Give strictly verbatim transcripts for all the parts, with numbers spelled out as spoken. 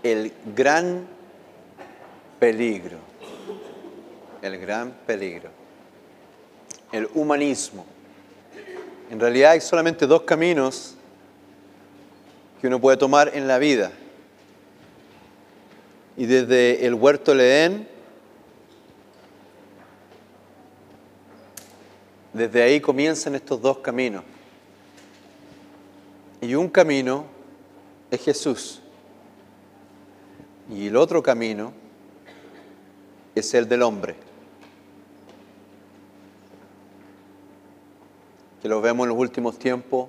el gran peligro, el gran peligro, el humanismo. En realidad hay solamente dos caminos que uno puede tomar en la vida. Y desde el huerto del Edén, desde ahí comienzan estos dos caminos. Y un camino es Jesús. Y el otro camino es el del hombre, que lo vemos en los últimos tiempos,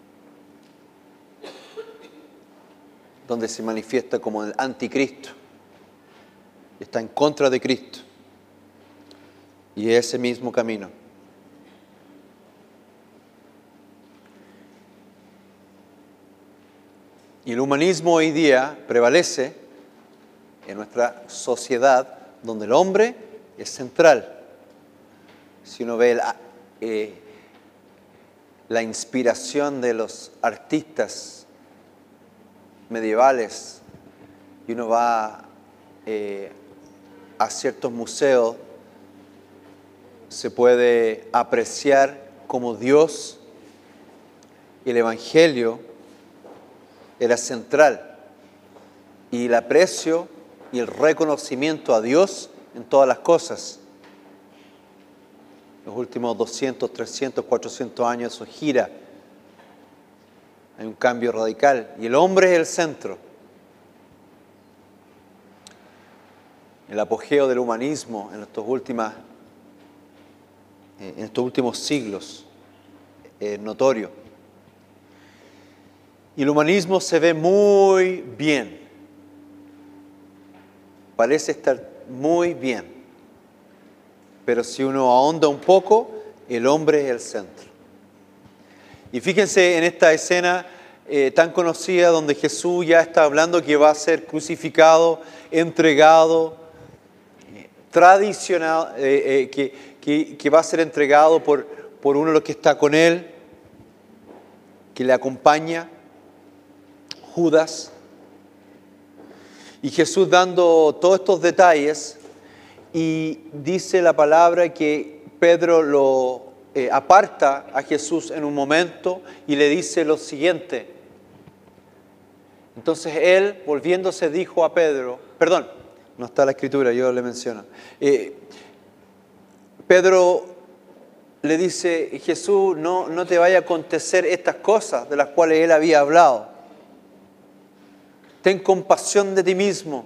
donde se manifiesta como el anticristo, está en contra de Cristo, y ese mismo camino. Y el humanismo hoy día prevalece en nuestra sociedad, donde el hombre es central. Si uno ve la, eh, la inspiración de los artistas medievales y uno va eh, a ciertos museos, se puede apreciar cómo Dios y el Evangelio era central, y el aprecio y el reconocimiento a Dios en todas las cosas. Los últimos doscientos, trescientos, cuatrocientos años eso gira. Hay un cambio radical y el hombre es el centro. El apogeo del humanismo en estos, últimas, en estos últimos siglos es notorio. Y el humanismo se ve muy bien. Parece estar muy bien, pero si uno ahonda un poco, el hombre es el centro. Y fíjense en esta escena eh, tan conocida donde Jesús ya está hablando que va a ser crucificado, entregado, eh, tradicional, eh, eh, que, que, que va a ser entregado por, por uno de los que está con él, que le acompaña, Judas. Y Jesús dando todos estos detalles, y dice la palabra que Pedro lo eh, aparta a Jesús en un momento y le dice lo siguiente. Entonces él, volviéndose, dijo a Pedro, perdón, no está la escritura, yo le menciono. Eh, Pedro le dice, Jesús, no, no te vaya a acontecer estas cosas de las cuales él había hablado. Ten compasión de ti mismo.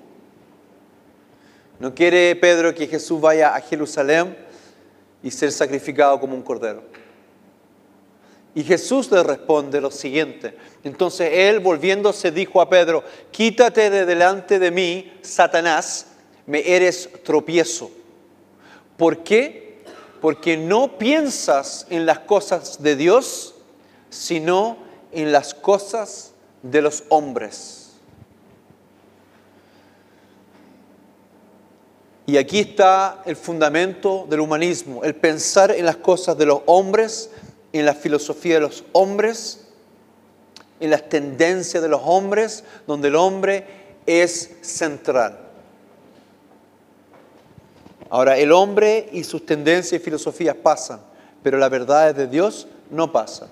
No quiere Pedro que Jesús vaya a Jerusalén y ser sacrificado como un cordero. Y Jesús le responde lo siguiente. Entonces él, volviéndose, dijo a Pedro, quítate de delante de mí, Satanás, me eres tropiezo. ¿Por qué? Porque no piensas en las cosas de Dios, sino en las cosas de los hombres. Y aquí está el fundamento del humanismo, el pensar en las cosas de los hombres, en la filosofía de los hombres, en las tendencias de los hombres, donde el hombre es central. Ahora, el hombre y sus tendencias y filosofías pasan, pero las verdades de Dios no pasan.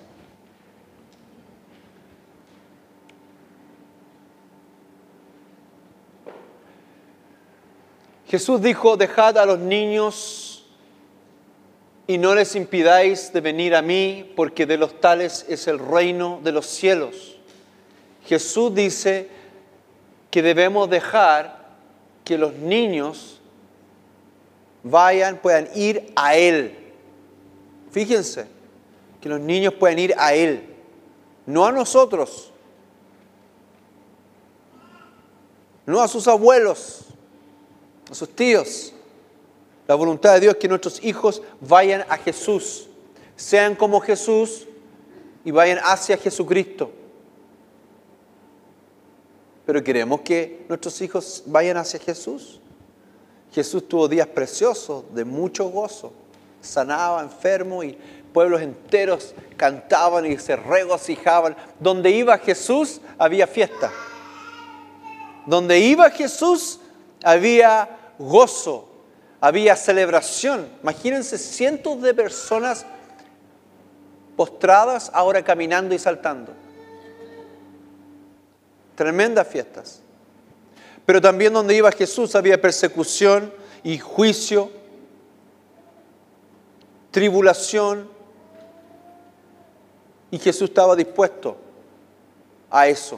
Jesús dijo, dejad a los niños y no les impidáis de venir a mí, porque de los tales es el reino de los cielos. Jesús dice que debemos dejar que los niños vayan, puedan ir a Él. Fíjense, que los niños puedan ir a Él, no a nosotros, no a sus abuelos, a sus tíos. La voluntad de Dios es que nuestros hijos vayan a Jesús, sean como Jesús y vayan hacia Jesucristo. Pero queremos que nuestros hijos vayan hacia Jesús. Jesús tuvo días preciosos de mucho gozo, sanaba enfermos y pueblos enteros cantaban y se regocijaban. Donde iba Jesús había fiesta. Donde iba Jesús había gozo, había celebración. Imagínense cientos de personas postradas, ahora caminando y saltando. Tremendas fiestas. Pero también donde iba Jesús había persecución y juicio, tribulación. Y Jesús estaba dispuesto a eso.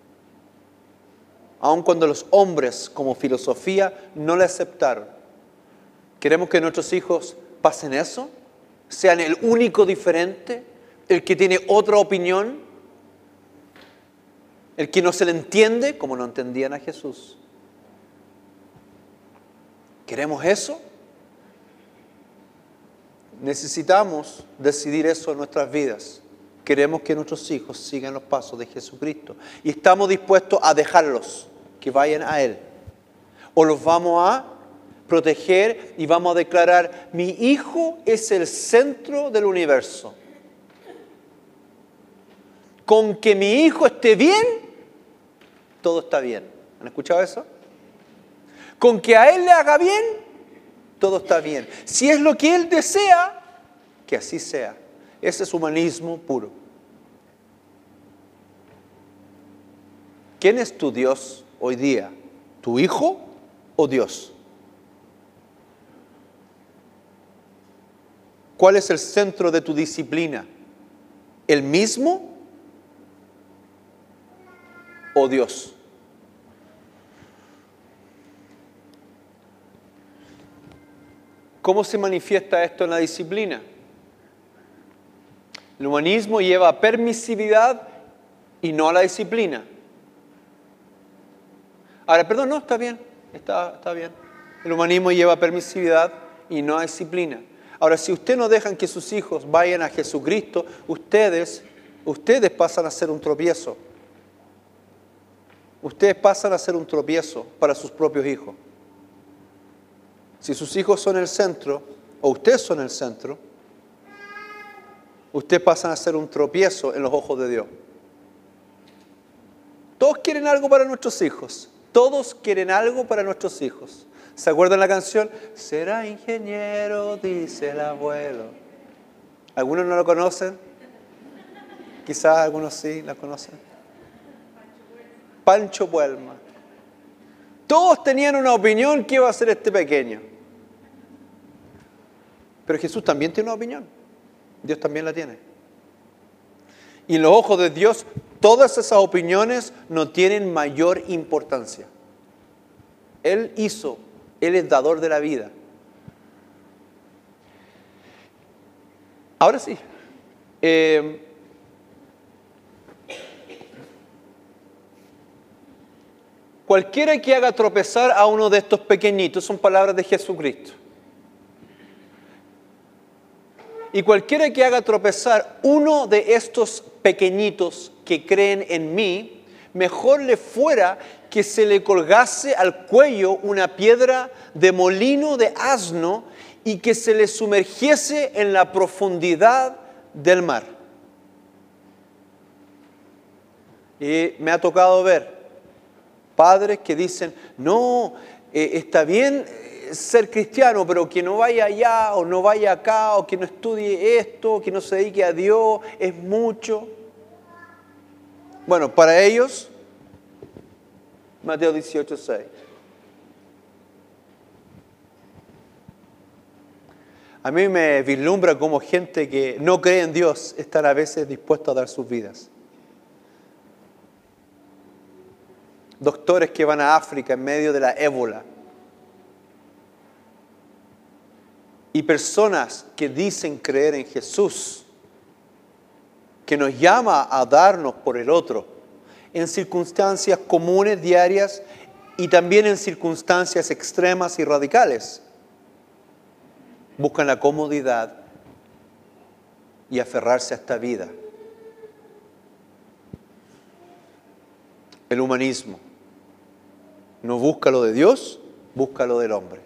Aun cuando los hombres, como filosofía, no le aceptaron. ¿Queremos que nuestros hijos pasen eso? ¿Sean el único diferente? ¿El que tiene otra opinión? ¿El que no se le entiende como no entendían a Jesús? ¿Queremos eso? Necesitamos decidir eso en nuestras vidas. Queremos que nuestros hijos sigan los pasos de Jesucristo. Y estamos dispuestos a dejarlos que vayan a Él. O los vamos a proteger y vamos a declarar, mi hijo es el centro del universo. Con que mi hijo esté bien, todo está bien. ¿Han escuchado eso? Con que a él le haga bien, todo está bien. Si es lo que él desea, que así sea. Ese es humanismo puro. ¿Quién es tu Dios hoy día? ¿Tu hijo o Dios? ¿Cuál es el centro de tu disciplina? ¿El mismo o Dios? ¿Cómo se manifiesta esto en la disciplina? El humanismo lleva a permisividad y no a la disciplina. Ahora, perdón, no, está bien, está, está bien. El humanismo lleva a permisividad y no a disciplina. Ahora, si ustedes no dejan que sus hijos vayan a Jesucristo, ustedes, ustedes pasan a ser un tropiezo. Ustedes pasan a ser un tropiezo para sus propios hijos. Si sus hijos son el centro, o ustedes son el centro, ustedes pasan a ser un tropiezo en los ojos de Dios. Todos quieren algo para nuestros hijos. Todos quieren algo para nuestros hijos. ¿Se acuerdan la canción? Será ingeniero, dice el abuelo. ¿Algunos no lo conocen? Quizás algunos sí la conocen. Pancho Puelma. Todos tenían una opinión que iba a hacer este pequeño. Pero Jesús también tiene una opinión. Dios también la tiene. Y en los ojos de Dios, todas esas opiniones no tienen mayor importancia. Él hizo, Él es dador de la vida. Ahora sí. Eh, cualquiera que haga tropezar a uno de estos pequeñitos, son palabras de Jesucristo. Y cualquiera que haga tropezar uno de estos pequeñitos que creen en mí, mejor le fuera que se le colgase al cuello una piedra de molino de asno y que se le sumergiese en la profundidad del mar. Y me ha tocado ver padres que dicen, no, eh, está bien ser cristiano, pero que no vaya allá o no vaya acá o que no estudie esto, que no se dedique a Dios, es mucho. Bueno, para ellos, Mateo dieciocho, seis. A mí me vislumbra como gente que no cree en Dios están a veces dispuestos a dar sus vidas. Doctores que van a África en medio de la ébola. Y personas que dicen creer en Jesús, que nos llama a darnos por el otro, en circunstancias comunes, diarias, y también en circunstancias extremas y radicales. Buscan la comodidad y aferrarse a esta vida. El humanismo no busca lo de Dios, busca lo del hombre.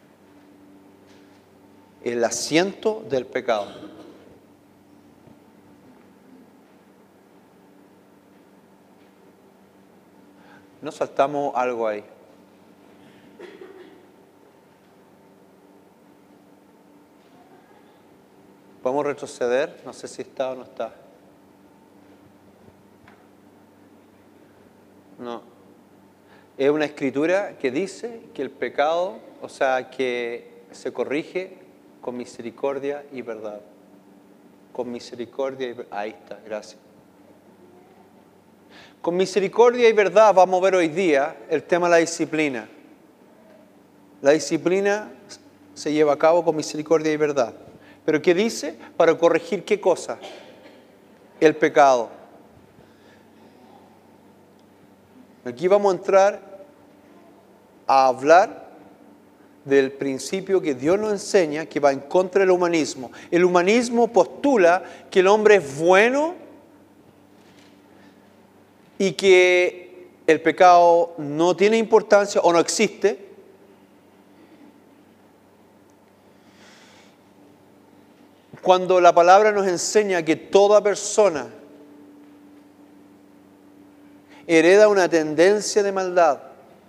El asiento del pecado. Nos saltamos algo ahí. ¿Podemos retroceder? No sé si está o no está. No. Es una escritura que dice que el pecado, o sea, que se corrige con misericordia y verdad. Con misericordia y verdad. Ahí está, gracias. Con misericordia y verdad vamos a ver hoy día el tema de la disciplina. La disciplina se lleva a cabo con misericordia y verdad. ¿Pero qué dice? Para corregir ¿qué cosa? El pecado. Aquí vamos a entrar a hablar del principio que Dios nos enseña que va en contra del humanismo. El humanismo postula que el hombre es bueno y que el pecado no tiene importancia o no existe. Cuando la palabra nos enseña que toda persona hereda una tendencia de maldad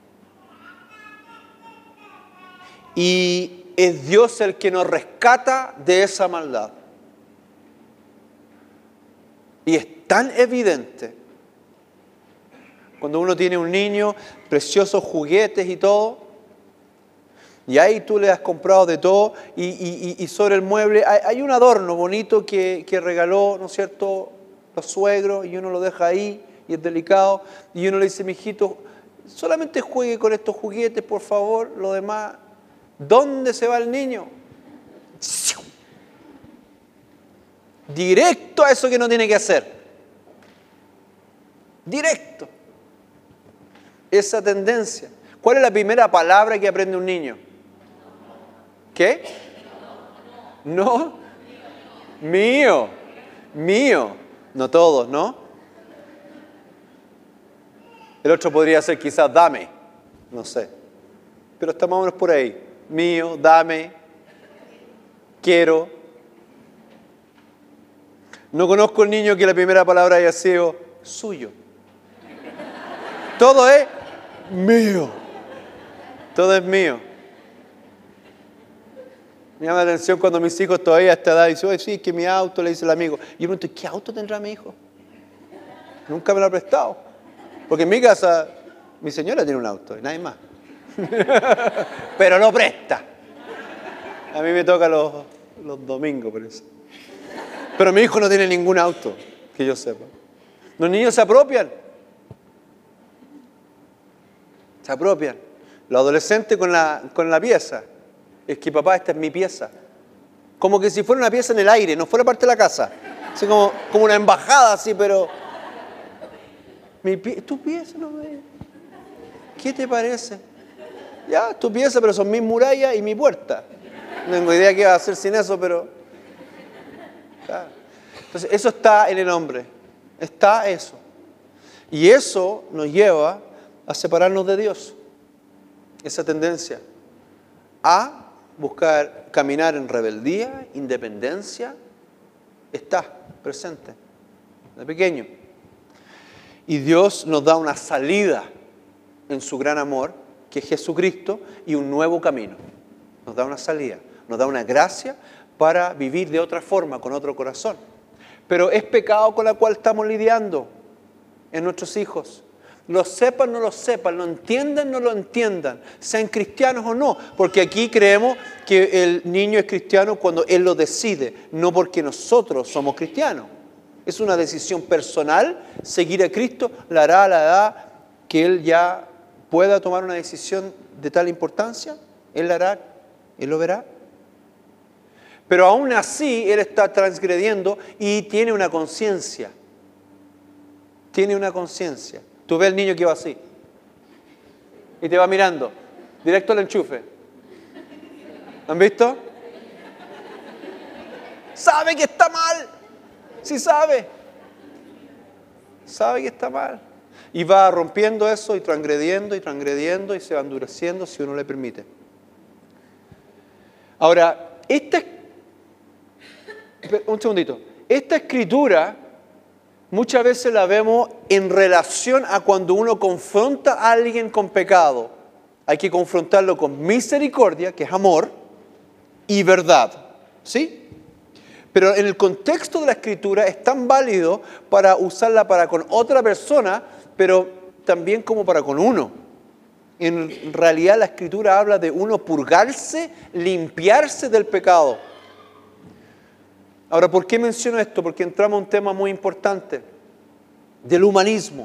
y es Dios el que nos rescata de esa maldad. Y es tan evidente cuando uno tiene un niño, preciosos juguetes y todo, y ahí tú le has comprado de todo, y, y, y sobre el mueble hay, hay un adorno bonito que, que regaló, ¿no es cierto?, los suegros, y uno lo deja ahí, y es delicado, y uno le dice, mijito, solamente juegue con estos juguetes, por favor, lo demás, ¿dónde se va el niño? Directo a eso que no tiene que hacer. Directo. Esa tendencia. ¿Cuál es la primera palabra que aprende un niño? ¿Qué? No. Mío. Mío. No todos, ¿no? El otro podría ser quizás dame. No sé. Pero está más o menos por ahí. Mío, dame. Quiero. No conozco el niño que la primera palabra haya sido suyo. Todo es mío. Todo es mío. Me llama la atención cuando mis hijos todavía a esta edad dicen, oye, sí, es que mi auto, le dice el amigo. Y yo me pregunto, ¿qué auto tendrá mi hijo? Nunca me lo ha prestado. Porque en mi casa, mi señora tiene un auto y nadie más. Pero lo presta. A mí me toca los, los domingos, por eso. Pero mi hijo no tiene ningún auto, que yo sepa. Los niños se apropian. Se apropian. Los adolescentes con la, con la pieza. Es que papá, esta es mi pieza. Como que si fuera una pieza en el aire, no fuera parte de la casa. Así como, como una embajada, así, pero... Mi pie, ¿tu pieza? No me... ¿Qué te parece? Ya, tu pieza, pero son mis murallas y mi puerta. No tengo idea qué va a hacer sin eso, pero... Claro. Entonces, eso está en el hombre. Está eso. Y eso nos lleva a separarnos de Dios. Esa tendencia a buscar caminar en rebeldía, independencia, está presente de pequeño. Y Dios nos da una salida en su gran amor, que es Jesucristo, y un nuevo camino. Nos da una salida, nos da una gracia para vivir de otra forma, con otro corazón. Pero es pecado con el cual estamos lidiando en nuestros hijos. Lo sepan, no lo sepan, lo entiendan, no lo entiendan, sean cristianos o no, porque aquí creemos que el niño es cristiano cuando él lo decide, no porque nosotros somos cristianos. Es una decisión personal, seguir a Cristo, la hará a la edad que él ya pueda tomar una decisión de tal importancia, él la hará, él lo verá. Pero aún así, él está transgrediendo y tiene una conciencia, tiene una conciencia. Tú ves al niño que va así y te va mirando, directo al enchufe. ¿Han visto? Sabe que está mal. Sí sabe. Sabe que está mal. Y va rompiendo eso y transgrediendo y transgrediendo y se va endureciendo si uno le permite. Ahora, esta, un segundito. Esta escritura muchas veces la vemos en relación a cuando uno confronta a alguien con pecado. Hay que confrontarlo con misericordia, que es amor, y verdad. ¿Sí? Pero en el contexto de la Escritura es tan válido para usarla para con otra persona, pero también como para con uno. En realidad la Escritura habla de uno purgarse, limpiarse del pecado. Ahora, ¿por qué menciono esto? Porque entramos a un tema muy importante, del humanismo.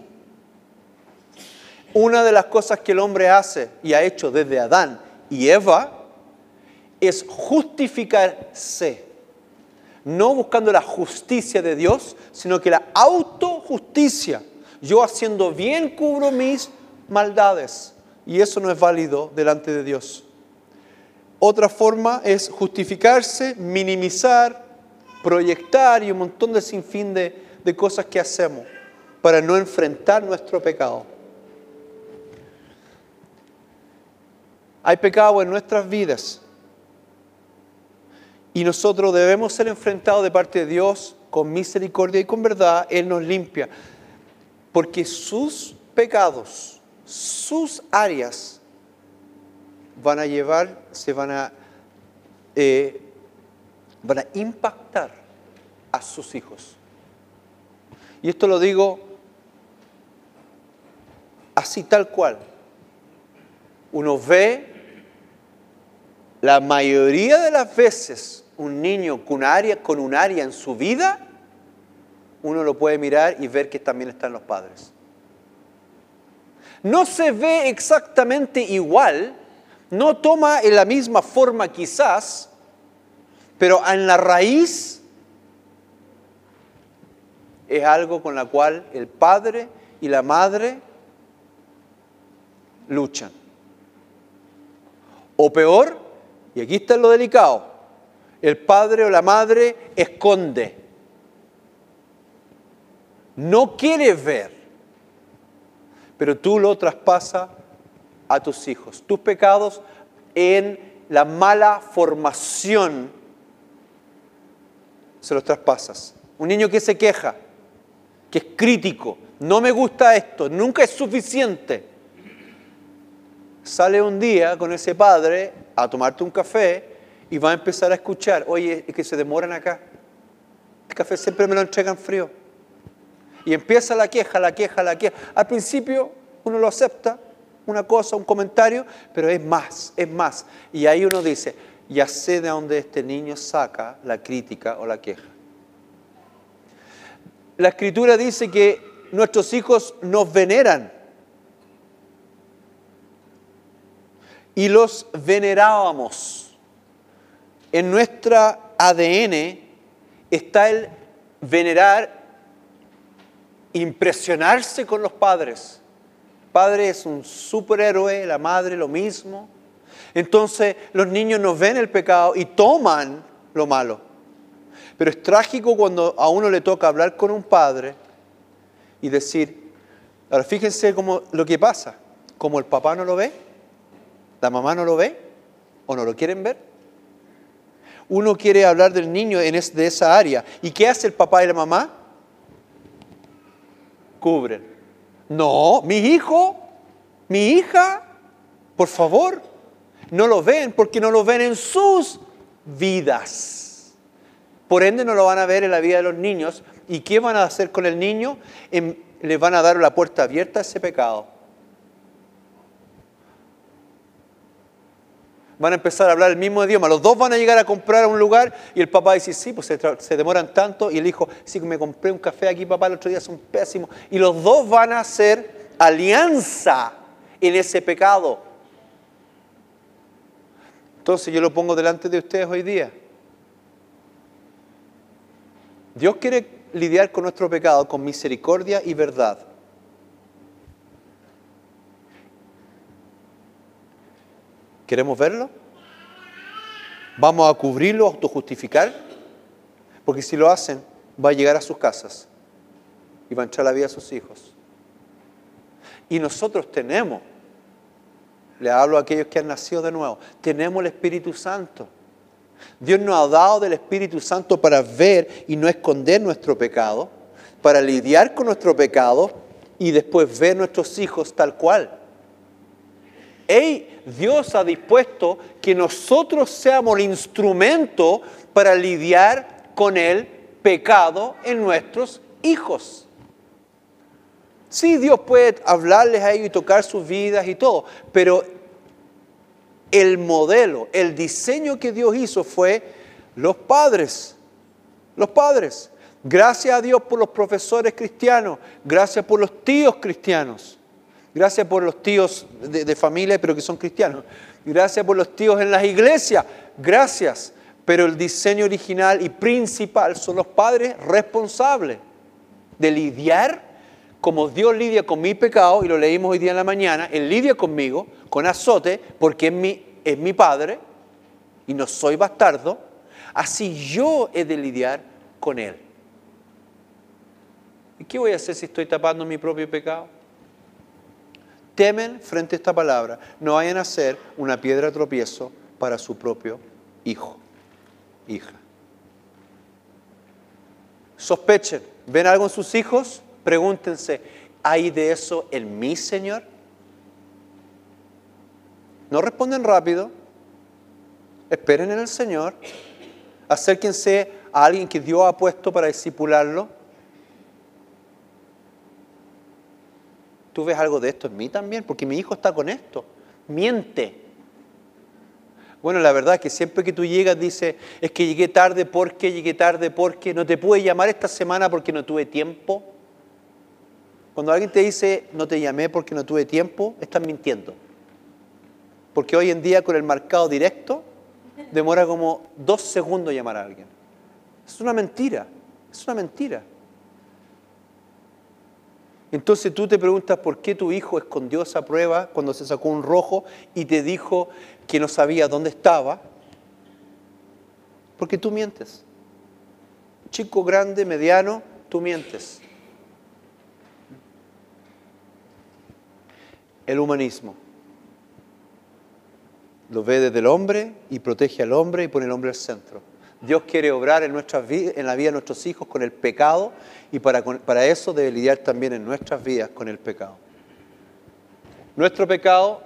Una de las cosas que el hombre hace, y ha hecho desde Adán y Eva, es justificarse. No buscando la justicia de Dios, sino que la autojusticia. Yo haciendo bien cubro mis maldades. Y eso no es válido delante de Dios. Otra forma es justificarse, minimizar, proyectar y un montón de sinfín de, de cosas que hacemos para no enfrentar nuestro pecado. Hay pecado en nuestras vidas y nosotros debemos ser enfrentados de parte de Dios con misericordia y con verdad. Él nos limpia porque sus pecados, sus áreas van a llevar, se van a, eh, van a impactar a sus hijos. Y esto lo digo así tal cual. Uno ve la mayoría de las veces un niño con un área, con un área en su vida, uno lo puede mirar y ver que también están los padres. No se ve exactamente igual, no toma en la misma forma quizás, pero en la raíz es algo con la cual el padre y la madre luchan. O peor, y aquí está lo delicado, el padre o la madre esconde. No quiere ver, pero tú lo traspasas a tus hijos. Tus pecados en la mala formación se los traspasas. Un niño que se queja, que es crítico, no me gusta esto, nunca es suficiente. Sale un día con ese padre a tomarte un café y va a empezar a escuchar, oye, es que se demoran acá. El café siempre me lo entregan frío. Y empieza la queja, la queja, la queja. Al principio uno lo acepta, una cosa, un comentario, pero es más, es más. Y ahí uno dice, ya sé de dónde este niño saca la crítica o la queja. La Escritura dice que nuestros hijos nos veneran. Y los venerábamos. En nuestra A D N está el venerar, impresionarse con los padres. El padre es un superhéroe, la madre lo mismo. Entonces los niños no ven el pecado y toman lo malo. Pero es trágico cuando a uno le toca hablar con un padre y decir, ahora fíjense cómo lo que pasa, como el papá no lo ve, la mamá no lo ve o no lo quieren ver. Uno quiere hablar del niño en es, de esa área. ¿Y qué hace el papá y la mamá? Cubren. No, mi hijo, mi hija, por favor, no lo ven porque no lo ven en sus vidas. Por ende no lo van a ver en la vida de los niños. ¿Y qué van a hacer con el niño? En, les van a dar la puerta abierta a ese pecado. Van a empezar a hablar el mismo idioma. Los dos van a llegar a comprar a un lugar y el papá dice, sí, pues se, se demoran tanto. Y el hijo, sí, me compré un café aquí, papá, el otro día son pésimos. Y los dos van a hacer alianza en ese pecado. Entonces yo lo pongo delante de ustedes hoy día. Dios quiere lidiar con nuestro pecado con misericordia y verdad. ¿Queremos verlo? ¿Vamos a cubrirlo, autojustificar? Porque si lo hacen, va a llegar a sus casas y va a entrar la vida a sus hijos. Y nosotros tenemos, le hablo a aquellos que han nacido de nuevo, tenemos el Espíritu Santo. Dios nos ha dado del Espíritu Santo para ver y no esconder nuestro pecado. para lidiar con nuestro pecado y después ver nuestros hijos tal cual. Ey, Dios ha dispuesto que nosotros seamos el instrumento para lidiar con el pecado en nuestros hijos. Sí, Dios puede hablarles a ellos y tocar sus vidas y todo, pero el modelo, el diseño que Dios hizo fue los padres, los padres. Gracias a Dios por los profesores cristianos, gracias por los tíos cristianos. Gracias por los tíos de, de familia, pero que son cristianos. Gracias por los tíos en las iglesias. Gracias. Pero el diseño original y principal son los padres responsables de lidiar como Dios lidia con mi pecado, y lo leímos hoy día en la mañana. Él lidia conmigo con azote porque es mi, es mi padre y no soy bastardo. Así yo he de lidiar con él. ¿Y qué voy a hacer si estoy tapando mi propio pecado? Temen frente a esta palabra, no vayan a ser una piedra de tropiezo para su propio hijo, hija. Sospechen, ¿ven algo en sus hijos? Pregúntense, ¿hay de eso en mí, Señor? No responden rápido, esperen en el Señor, acérquense a alguien que Dios ha puesto para discipularlo. ¿Tú ves algo de esto en mí también? Porque mi hijo está con esto. Miente. Bueno, la verdad es que siempre que tú llegas dices, es que llegué tarde porque, llegué tarde porque, no te pude llamar esta semana porque no tuve tiempo. Cuando alguien te dice, no te llamé porque no tuve tiempo, estás mintiendo. Porque hoy en día con el marcado directo, demora como dos segundos llamar a alguien. Es una mentira, es una mentira. Entonces tú te preguntas por qué tu hijo escondió esa prueba cuando se sacó un rojo y te dijo que no sabía dónde estaba. Porque tú mientes. Chico, grande, mediano, tú mientes. El humanismo lo ve desde el hombre y protege al hombre y pone al hombre al centro. Dios quiere obrar en, nuestras vidas, en la vida de nuestros hijos con el pecado y para, para eso debe lidiar también en nuestras vidas con el pecado. Nuestro pecado